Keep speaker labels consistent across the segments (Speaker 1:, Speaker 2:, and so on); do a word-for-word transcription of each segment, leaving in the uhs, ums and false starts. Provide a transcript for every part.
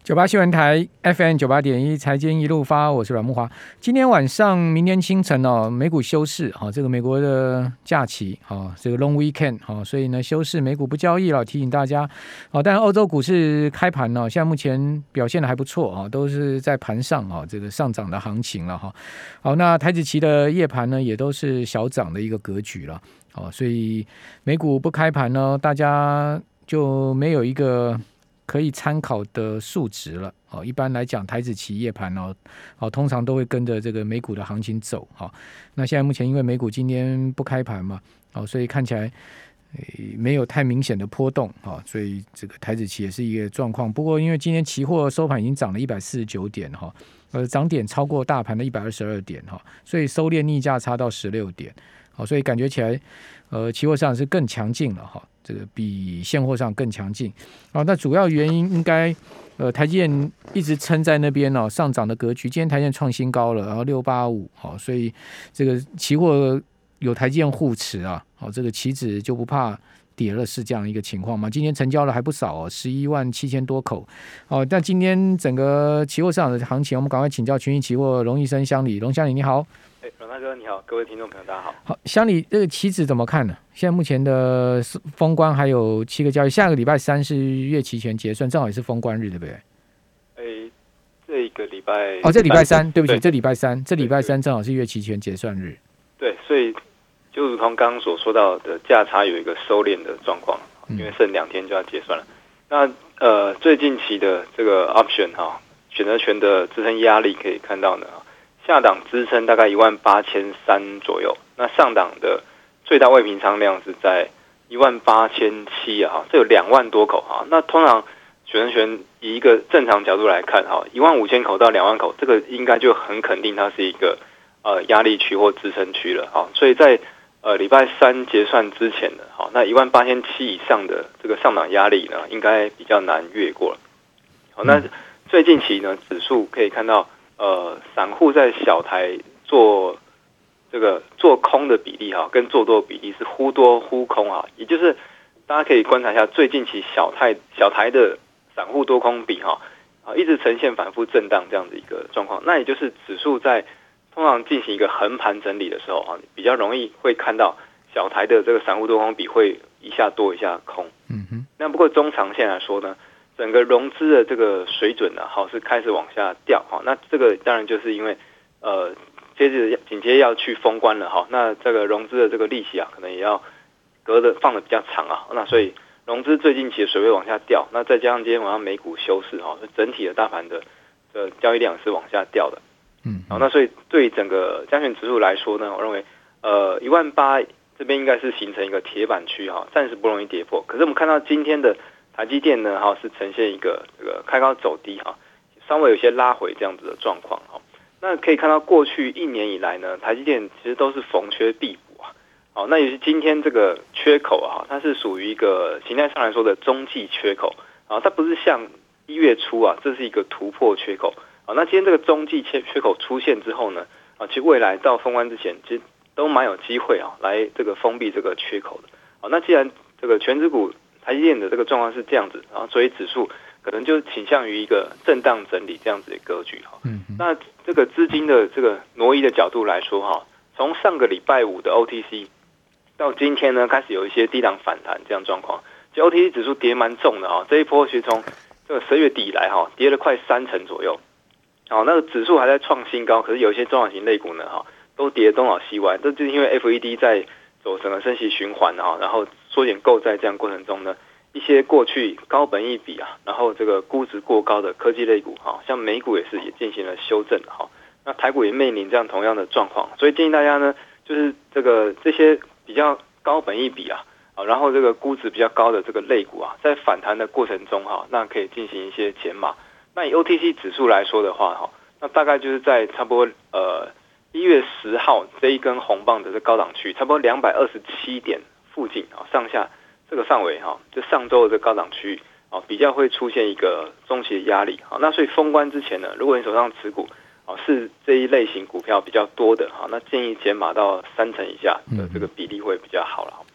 Speaker 1: 九八新闻台 F M 九八点一财经一路发，我是阮木华。今天晚上、明天清晨哦，美股休市，哈、哦，这个美国的假期，哈、哦，这个 Long Weekend，哈、哦，所以呢休市，美股不交易了，提醒大家。哦，但欧洲股市开盘呢、哦，现在目前表现的还不错啊、哦，都是在盘上啊、哦，这个上涨的行情了哈、哦。好，那台指期的夜盘呢，也都是小涨的一个格局了。哦，所以美股不开盘呢，大家就没有一个可以参考的数值了。哦，一般来讲，台指期夜盘哦，哦，通常都会跟着这个美股的行情走。哈、哦，那现在目前因为美股今天不开盘嘛，哦，所以看起来没有太明显的波动。哦，所以这个台指期也是一个状况。不过因为今天期货收盘已经涨了一百四十九点哈、哦，呃，涨点超过大盘的一百二十二点哈、哦，所以收敛逆价差到十六点。好，所以感觉起来，呃，期货上是更强劲了哈，这个比现货上更强劲。好，那主要原因应该，呃，台积电一直撑在那边哦，上涨的格局。今天台积电创新高了，然后六八五，好，所以这个期货有台积电护持啊，好，这个期指就不怕跌了，是这样一个情况吗？今天成交了还不少哦，十一万七千多口。哦，但今天整个期货市场的行情，我们赶快请教群益期货龙医生乡里，龙乡里你好。
Speaker 2: 哎，阮大哥你好，各位听众朋友大家好。
Speaker 1: 好，乡里这个期指怎么看呢？现在目前的封关还有七个交易，下个礼拜三是月期权结算，正好也是封关日，对不对？
Speaker 2: 哎，这个礼拜
Speaker 1: 哦，这礼拜三，对不起，
Speaker 2: 对
Speaker 1: 这礼拜三，这礼拜三正好是月期权结算日。
Speaker 2: 对，所以就如同刚刚所说到的，价差有一个收敛的状况，因为剩两天就要结算了。嗯、那呃，最近期的这个 option 哈、哦，选择权的支撑压力可以看到呢。下档支撑大概一万八千三左右，那上档的最大未平仓量是在一万八千七啊，这有两万多口哈。那通常选择权以一个正常角度来看哈，一万五千口到两万口，这个应该就很肯定它是一个呃压力区或支撑区了哈。所以在呃礼拜三结算之前的哈，那一万八千七以上的这个上档压力呢，应该比较难越过了。好，那最近期呢，指数可以看到。呃，散户在小台做这个做空的比例哈，跟做多的比例是忽多忽空哈，也就是大家可以观察一下最近期小台小台的散户多空比哈，啊一直呈现反复震荡这样的一个状况。那也就是指数在通常进行一个横盘整理的时候啊，比较容易会看到小台的这个散户多空比会一下多一下空。嗯哼。那不过中长线来说呢？整个融资的这个水准呢、啊，好是开始往下掉哈。那这个当然就是因为呃，接着紧接着要去封关了哈。那这个融资的这个利息啊，可能也要隔的放的比较长啊。那所以融资最近期的水位往下掉，那再加上今天晚上美股休市哈，整体的大盘的的交易量是往下掉的。嗯，好，那所以对整个加权指数来说呢，我认为呃一万八这边应该是形成一个铁板区哈，暂时不容易跌破。可是我们看到今天的台积电呢，哈是呈现一个这个开高走低哈，稍微有些拉回这样子的状况哈。那可以看到过去一年以来呢，台积电其实都是逢缺必补啊。好，那也是今天这个缺口啊，它是属于一个形态上来说的中继缺口啊，它不是像一月初啊，这是一个突破缺口啊。那今天这个中继缺缺口出现之后呢，啊，其实未来到封关之前，其实都蛮有机会啊，来这个封闭这个缺口的。好，那既然这个全指股台积电的这个状况是这样子，然后所以指数可能就倾向于一个震荡整理这样子的格局哈。嗯，那这个资金的这个挪移的角度来说哈，从上个礼拜五的 O T C 到今天呢，开始有一些低档反弹这样状况。就 O T C 指数跌蛮重的哈，这一波其实从这个十月底以来哈，跌了快三成左右。好，那个指数还在创新高，可是有一些中小型类股呢哈，都跌东倒西歪，这就是因为 F E D 在走整个升息循环哈，然后缩减购债这样过程中呢，一些过去高本益比啊，然后这个估值过高的科技类股哈，像美股也是也进行了修正哈，那台股也面临这样同样的状况，所以建议大家呢，就是这个这些比较高本益比啊，啊，然后这个估值比较高的这个类股啊，在反弹的过程中哈，那可以进行一些减码。那以 O T C 指数来说的话哈，那大概就是在差不多呃。一月十号这一根红棒的这高档区，差不多两百二十七点附近啊，上下这个范围哈，就上周的这高档区啊，比较会出现一个中期的压力啊。那所以封关之前呢，如果你手上持股啊是这一类型股票比较多的哈，那建议减码到三成以下的这个比例会比较好了。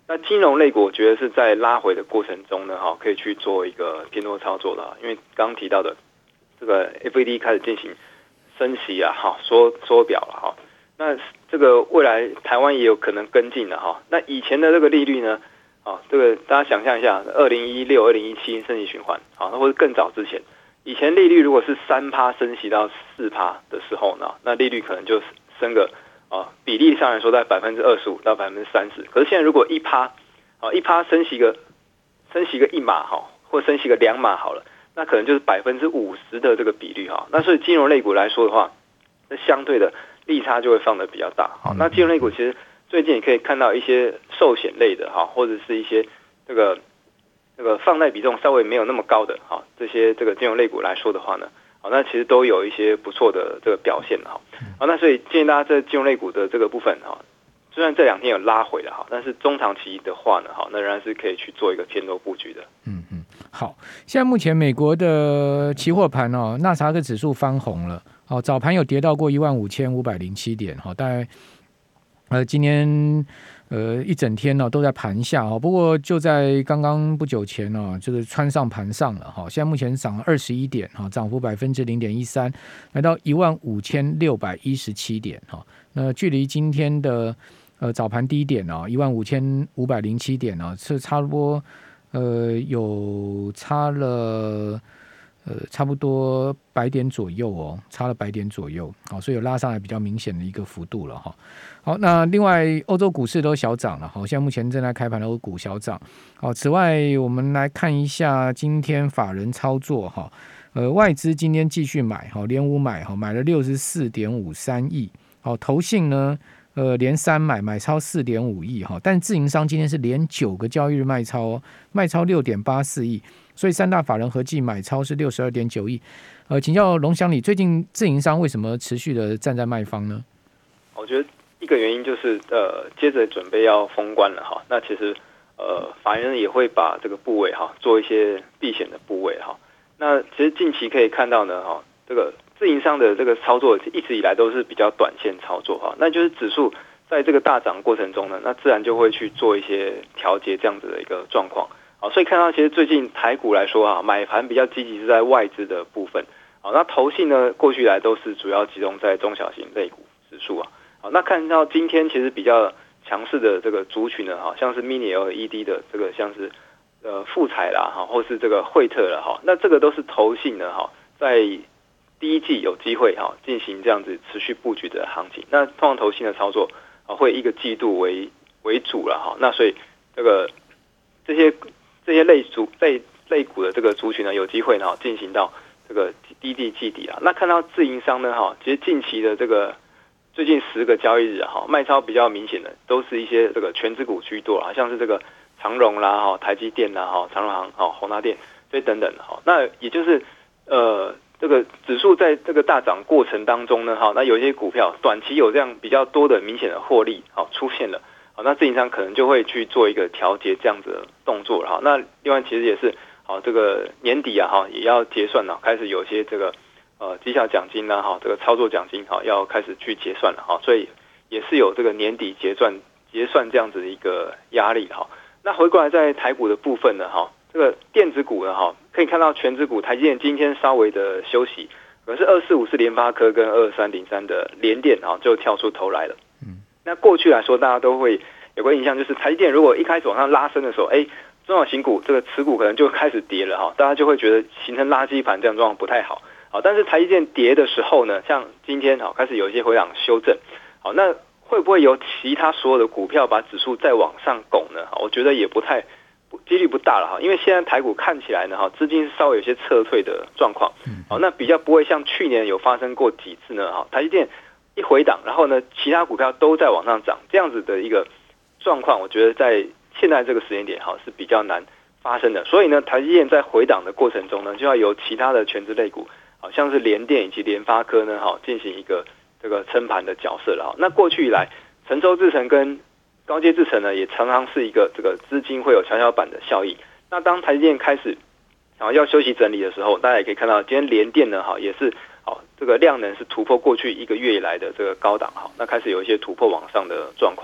Speaker 2: 那金融类股我觉得是在拉回的过程中呢，哈，可以去做一个偏多操作的，因为刚刚提到的这个 F E D 开始进行升息啊，哈，缩缩表了哈。那这个未来台湾也有可能跟进的哈。那以前的这个利率呢，啊，这个大家想象一下，二零一六、二零一七升息循环，啊，或者更早之前，以前利率如果是三趴升息到四趴的时候呢，那利率可能就升个啊，比例上来说在百分之二十五到百分之三十。可是现在如果一趴，啊，一趴升息个升息个一码哈，或升息个两码好了，那可能就是百分之五十的这个比率哈。那所以金融类股来说的话，那相对的利差就会放得比较大。好，那金融类股其实最近也可以看到一些寿险类的哈，或者是一些这个这个放贷比重稍微没有那么高的哈，这些这个金融类股来说的话呢，好，那其实都有一些不错的这个表现哈。好，那所以建议大家在金融类股的这个部分哈，虽然这两天有拉回了哈，但是中长期的话呢，好，那仍然是可以去做一个偏多布局的。
Speaker 1: 嗯嗯，好，现在目前美国的期货盘哦，纳斯达克指数翻红了。好，早盘有跌到过一万五千五百零七点，好，大概呃今天呃一整天呢、哦、都在盘下哦，不过就在刚刚不久前哦，就是穿上盘上了哈、哦，现在目前涨了二十一点哈、哦，涨幅百分之零点一三，来到一万五千六百一十七点哈、哦，那距离今天的呃早盘低点哦一万五千五百零七点哦，是差不多呃有差了。呃，差不多百点左右哦，差了百点左右，好，所以有拉上来比较明显的一个幅度了哈。好，那另外欧洲股市都小涨了，好，现在目前正在开盘的欧股小涨。好，此外我们来看一下今天法人操作哈，呃，外资今天继续买，好，连五买，好，买了六十四点五三亿，好，投信呢，呃，连三买，买超四点五亿哈，但自营商今天是连九个交易日卖超哦，卖超六点八四亿。所以三大法人合计买超是六十二点九亿，呃，请教龙祥理，最近自营商为什么持续的站在卖方呢？
Speaker 2: 我觉得一个原因就是呃，接着准备要封关了哈，那其实呃，法人也会把这个部位哈做一些避险的部位哈。那其实近期可以看到呢哈，这个自营商的这个操作一直以来都是比较短线操作哈，那就是指数在这个大涨过程中呢，那自然就会去做一些调节这样子的一个状况。好，所以看到其实最近台股来说啊，买盘比较积极是在外资的部分。好，那投信呢，过去来都是主要集中在中小型类股指数啊。好，那看到今天其实比较强势的这个族群呢，哈，像是 Mini L E D 的这个像是呃富彩啦，哈，或是这个惠特啦，哈，那这个都是投信呢，哈，在第一季有机会哈进行这样子持续布局的行情。那通常投信的操作啊，会一个季度为为主了哈。那所以这个这些。这些类族类类股的这个族群呢，有机会呢进行到这个第一季季底啊。那看到自营商呢，哈，其实近期的这个最近十个交易日哈，卖超比较明显的，都是一些这个全指股居多啊，像是这个长荣啦、哈台积电啦、哈长荣航、哈宏达电这等等的哈。那也就是呃，这个指数在这个大涨过程当中呢，哈，那有一些股票短期有这样比较多的明显的获利，好出现了。好，那自营商可能就会去做一个调节这样子的动作了哈。那另外其实也是好，这个年底啊哈也要结算了，开始有些这个呃绩效奖金啦哈，这个操作奖金哈要开始去结算了哈，所以也是有这个年底结算结算这样子的一个压力哈。那回过来在台股的部分呢哈，这个电子股呢哈，可以看到全指股台积电今天稍微的休息，可是二四五是联发科跟二三零三的联电啊就跳出头来了。那过去来说，大家都会有个印象，就是台积电如果一开始往上拉升的时候，哎，中小型股这个持股可能就开始跌了哈，大家就会觉得形成垃圾盘这样状况不太好。好，但是台积电跌的时候呢，像今天好开始有一些回档修正，好，那会不会有其他所有的股票把指数再往上拱呢？我觉得也不太几率不大了哈，因为现在台股看起来呢哈，资金是稍微有些撤退的状况，好，那比较不会像去年有发生过几次呢哈，台积电一回档，然后呢，其他股票都在往上涨，这样子的一个状况，我觉得在现在这个时间点哈是比较难发生的。所以呢，台积电在回档的过程中呢，就要由其他的全资类股，好像是联电以及联发科呢，哈，进行一个这个撑盘的角色了哈。那过去以来，成州制程跟高阶制程呢，也常常是一个这个资金会有跷跷板的效应。那当台积电开始然后要休息整理的时候，大家也可以看到，今天联电呢，哈，也是。好，这个量能是突破过去一个月以来的这个高档，好，那开始有一些突破往上的状况。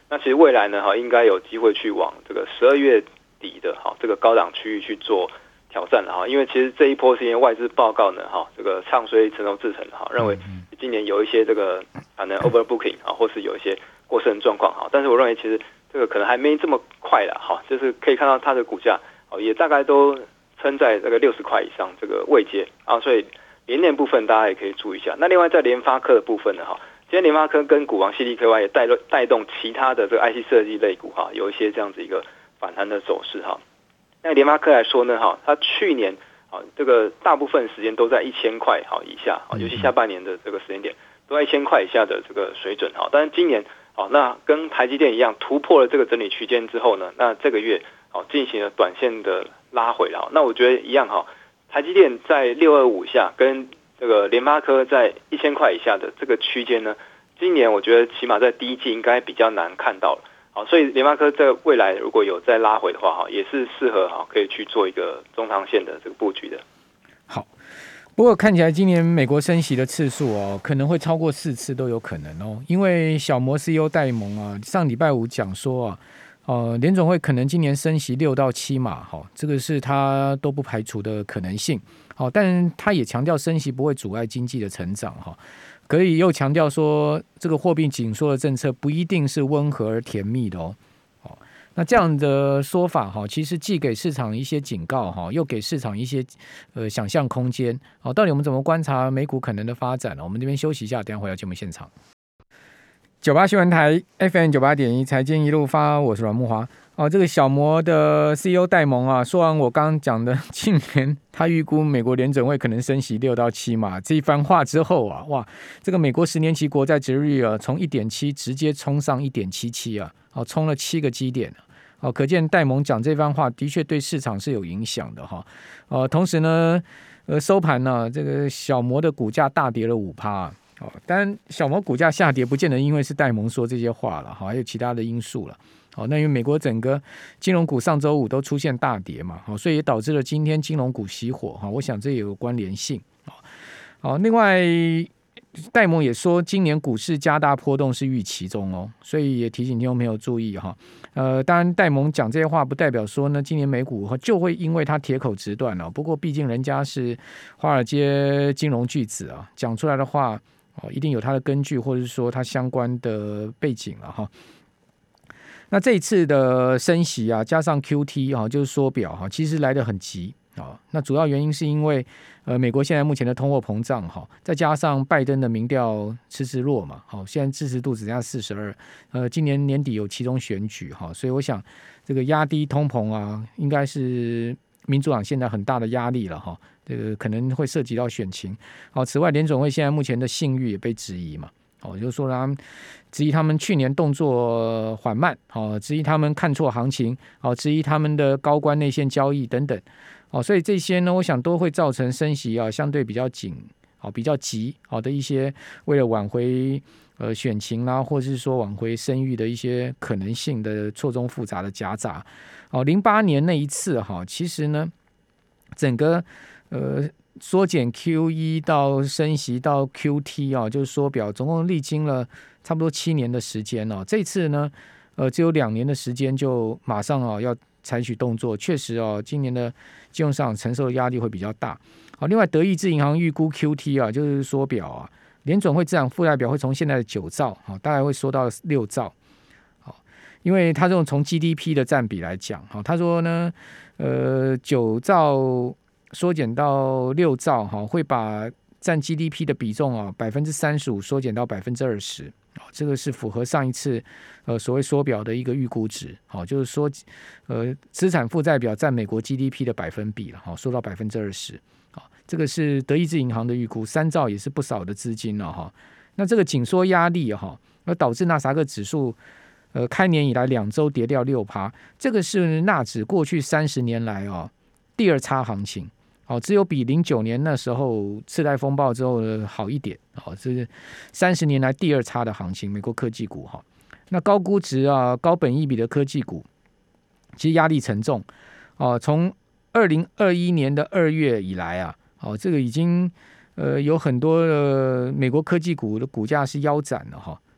Speaker 2: 那其实未来呢哈，应该有机会去往这个十二月底的哈这个高档区域去做挑战了哈，因为其实这一波是因为外资报告呢哈，这个唱衰成熟制程哈，认为今年有一些这个可能 overbooking 啊，或是有一些过剩状况哈，但是我认为其实这个可能还没这么快啦哈，就是可以看到它的股价哦也大概都撑在这个六十块以上这个位阶啊，所以联电部分大家也可以注意一下。那另外在联发科的部分呢哈，今天联发科跟股王 C D K Y 也带带动其他的这个 I C 设计类股哈，有一些这样子一个反弹的走势哈。那联发科来说呢，哈，它去年啊这个大部分时间都在一千块好以下，啊，尤其下半年的这个时间点都在一千块以下的这个水准哈。但是今年，好，那跟台积电一样突破了这个整理区间之后呢，那这个月好进行了短线的拉回了。那我觉得一样哈，台积电在六二五下，跟这个联发科在一千块以下的这个区间呢，今年我觉得起码在第一季应该比较难看到了。好，所以联发科在未来如果有再拉回的话，哈，也是适合哈可以去做一个中长线的这个布局的。
Speaker 1: 好，不过看起来今年美国升息的次数哦，可能会超过四次都有可能哦，因为小摩 C E O 戴蒙啊，上礼拜五讲说啊，呃，联总会可能今年升息六到七码，哈、哦，这个是他都不排除的可能性。好、哦，但他也强调升息不会阻碍经济的成长，哈、哦。可以又强调说，这个货币紧缩的政策不一定是温和而甜蜜的哦。哦，那这样的说法哈，其实既给市场一些警告哈，又给市场一些呃想象空间。好，到底我们怎么观察美股可能的发展呢？我们这边休息一下，等一下回到节目现场。九八新闻台 F M 九八点一财经一路发，我是阮慕骅。哦，这个小摩的 C E O 戴蒙啊，说完我刚刚讲的，今年他预估美国联准会可能升息六到七码，这一番话之后啊，哇，这个美国十年期国债殖利率啊，从一点七直接冲上一点七七啊，哦，冲了七个基点。哦，可见戴蒙讲这番话的确对市场是有影响的哈。呃，同时呢，呃，收盘呢，这个小摩的股价大跌了五趴。哦，当然小摩股价下跌不见得因为是戴蒙说这些话了，还有其他的因素了。好，那因为美国整个金融股上周五都出现大跌嘛，好，所以也导致了今天金融股熄火哈，我想这也有关联性。好，另外戴蒙也说，今年股市加大波动是预期中哦，所以也提醒听众朋友注意哈。呃，当然戴蒙讲这些话不代表说呢，今年美股就会因为他铁口直断了。不过毕竟人家是华尔街金融巨子啊，讲出来的话哦，一定有他的根据，或者是说他相关的背景了哈。那这一次的升息啊，加上 Q T 啊，就是缩表哈，其实来得很急啊。那主要原因是因为呃，美国现在目前的通货膨胀哈，再加上拜登的民调迟迟弱嘛，好，现在支持度只剩下四十二，呃，今年年底有期中选举哈，所以我想这个压低通膨啊，应该是民主党现在很大的压力了哈，这个可能会涉及到选情。好，此外联准会现在目前的信誉也被质疑嘛。哦，就是说他们质疑他们去年动作缓慢，哦，质疑他们看错行情，哦，质疑他们的高关内线交易等等，哦，所以这些呢，我想都会造成升息啊相对比较紧，哦，比较急，好的一些为了挽回呃选情啦、啊，或者是说挽回声誉的一些可能性的错综复杂的夹杂。哦，零八年那一次哈，其实呢，整个呃。缩减 Q E 到升息到 Q T 啊，就是缩表，总共历经了差不多七年的时间哦。这次呢，呃，只有两年的时间就马上啊要采取动作，确实哦，今年的金融市场承受的压力会比较大。好，另外德意志银行预估 Q T 啊，就是缩表啊，联准会资产负债表会从现在的九兆啊，大概会缩到六兆。好，因为他这种从 G D P 的占比来讲，好，他说呢，呃，九兆。缩减到六兆哈，会把占 G D P 的比重啊百分之三十五缩减到百分之二十，这个是符合上一次呃所谓缩表的一个预估值，好，就是说呃资产负债表占美国 G D P 的百分比了，好，缩到百分之二十，好，这个是德意志银行的预估，三兆也是不少的资金了哈。那这个紧缩压力哈，而导致纳斯达克指数呃开年以来两周跌掉六趴，这个是纳指过去三十年来哦第二差行情。好，只有比零九年那时候次贷风暴之后好一点。好，这是三十年来第二差的行情，美国科技股哈。那高估值啊、高本益比的科技股，其实压力沉重。哦，从二零二一年的二月以来啊，哦，这个已经呃有很多的美国科技股的股价是腰斩了哈。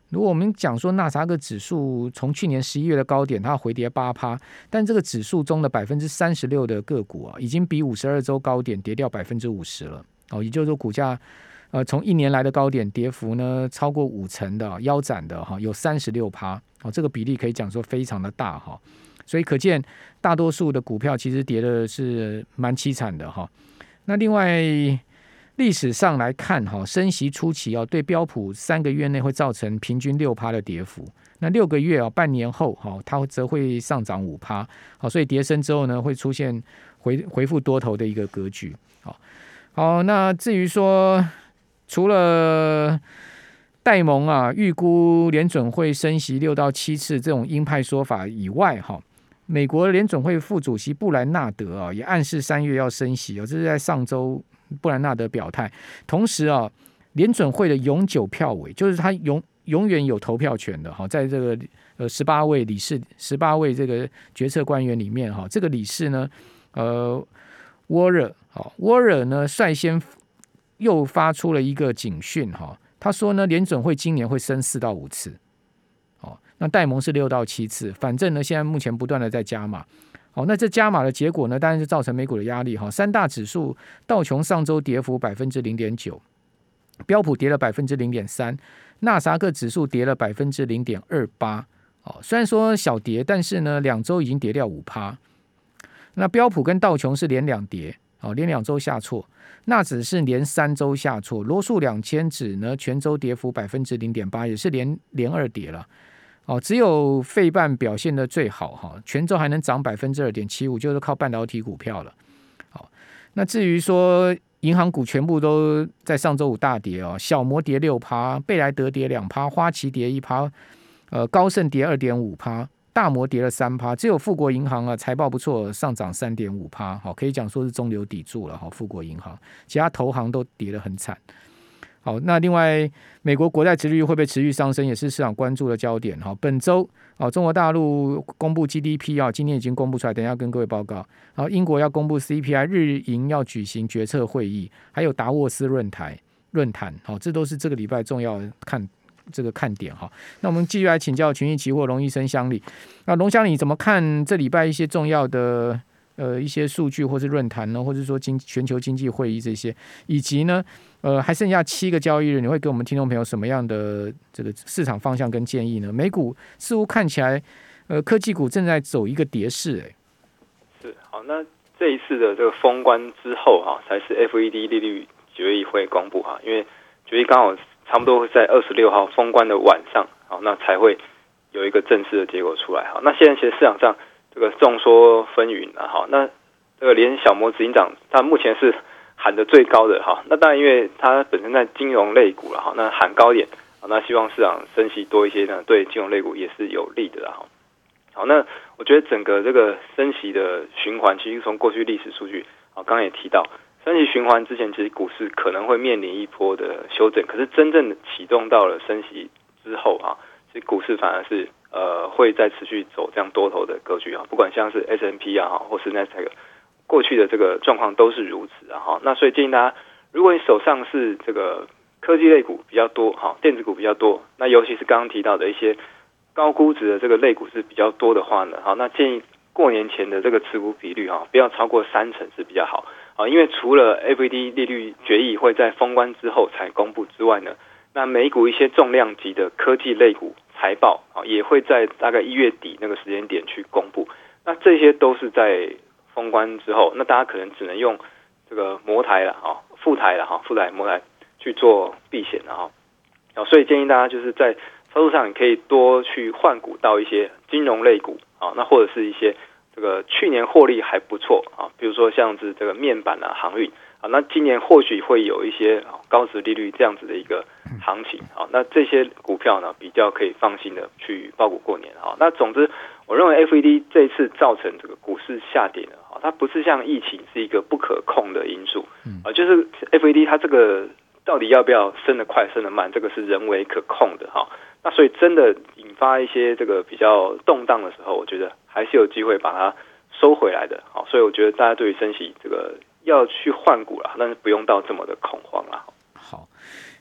Speaker 1: 如果我们讲说纳斯达克指数从去年十一月的高点它回跌 百分之八， 但这个指数中的 百分之三十六 的个股啊，已经比五十二周高点跌掉 百分之五十 了、哦、也就是说股价呃从一年来的高点跌幅呢超过五成的、哦、腰斩的、哦、有 百分之三十六、哦、这个比例可以讲说非常的大、哦、所以可见大多数的股票其实跌的是蛮凄惨的、哦、那另外历史上来看，升息初期对标普三个月内会造成平均 百分之六 的跌幅，那六个月半年后它则会上涨 百分之五， 所以跌升之后呢会出现 回, 回复多头的一个格局。好，那至于说除了戴蒙啊预估联准会升息六到七次这种鹰派说法以外，美国联准会副主席布兰纳德啊也暗示三月要升息，这是在上周布兰纳德表态。同时啊，联准会的永久票委，就是他永永远有投票权的哈，在这个呃十八位理事、十八位这个决策官员里面哈，这个理事呢，呃，沃热，好，沃热呢率先又发出了一个警讯哈，他说呢，联准会今年会升四到五次，哦，那戴蒙是六到七次，反正呢，现在目前不断的在加码。好，那这加码的结果呢，当然是造成美股的压力。三大指数，道琼上周跌幅 百分之零点九， 标普跌了 百分之零点三， 纳斯达克指数跌了 百分之零点二八。虽然说小跌，但是呢，两周已经跌掉 百分之五。那标普跟道琼是连两跌，连两周下挫，纳指是连三周下挫，罗素两千指呢全周跌幅 百分之零点八， 也是连连二跌了。哦，只有费半表现的最好哈，全周还能涨 百分之二点七五， 就是靠半导体股票了。好，那至于说银行股全部都在上周五大跌哦，小摩跌 百分之六， 贝莱德跌 百分之二， 花旗跌 百分之一， 呃，高盛跌 百分之二点五， 大摩跌了 百分之三， 只有富国银行啊财报不错，上涨 百分之三点五， 好，可以讲说是中流砥柱了哈，富国银行，其他投行都跌得很惨。好，那另外美国国债殖利率会不会持续上升，也是市场关注的焦点。好，本周中国大陆公布 G D P 今天已经公布出来，等一下跟各位报告。然后英国要公布 C P I， 日银要举行决策会议，还有达沃斯论坛论坛，好，这都是这个礼拜重要的看这个看点哈。那我们继续来请教群益期货龙医生乡里。那龙乡里怎么看这礼拜一些重要的呃一些数据，或是论坛呢，或者说经全球经济会议这些，以及呢？呃，还剩下七个交易日，你会给我们听众朋友什么样的这个市场方向跟建议呢？美股似乎看起来，呃，科技股正在走一个跌势，哎，
Speaker 2: 是好。那这一次的这个封关之后哈，才是 F E D 利率决议会公布哈，因为决议刚好差不多会在二十六号封关的晚上，好，那才会有一个正式的结果出来哈。那现在其实市场上这个众说纷纭啊，好，那这个连小摩执行长他目前是喊得最高的哈，那当然因为它本身在金融类股了哈，那喊高一点，那希望市场升息多一些呢，对金融类股也是有利的哈。好，那我觉得整个这个升息的循环，其实从过去历史数据，啊，刚刚也提到，升息循环之前，其实股市可能会面临一波的修正，可是真正的启动到了升息之后啊，其实股市反而是呃会再持续走这样多头的格局啊，不管像是 S and P 啊，或是那这个。过去的这个状况都是如此啊，哈，那所以建议大家，如果你手上是这个科技类股比较多，哈，电子股比较多，那尤其是刚刚提到的一些高估值的这个类股是比较多的话呢，好，那建议过年前的这个持股比率哈，不要超过三成是比较好啊，因为除了 F E D 利率决议会在封关之后才公布之外呢，那美股一些重量级的科技类股财报啊，也会在大概一月底那个时间点去公布，那这些都是在封关之后，那大家可能只能用这个摩台了哈，副台了哈，副台摩台去做避险了哈，所以建议大家就是在操作上，你可以多去换股到一些金融类股啊，那或者是一些这个去年获利还不错啊，比如说像是这个面板啊、航运啊，那今年或许会有一些高殖利率这样子的一个行情啊，那这些股票呢比较可以放心的去抱股过年啊。那总之，我认为 F E D 这一次造成这个股市下跌呢，它不是像疫情是一个不可控的因素啊，就是 F E D 它这个到底要不要升得快、升得慢，这个是人为可控的哈。那所以真的引发一些这个比较动荡的时候，我觉得还是有机会把它收回来的。好，所以我觉得大家对于升息这个要去换股啦，但是不用到这么的恐慌啦。
Speaker 1: 好，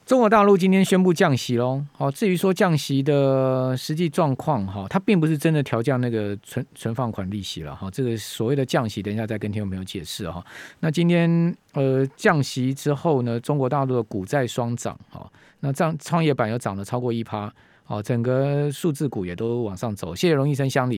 Speaker 1: 中国大陆今天宣布降息喽。好，至于说降息的实际状况哈，它并不是真的调降那个存存放款利息了哈。这个所谓的降息，等一下再跟听众朋友解释哈。那今天呃降息之后呢，中国大陆的股债双涨哈，那这样创业板又涨了超过一趴，好，整个数字股也都往上走。谢谢荣医生相里。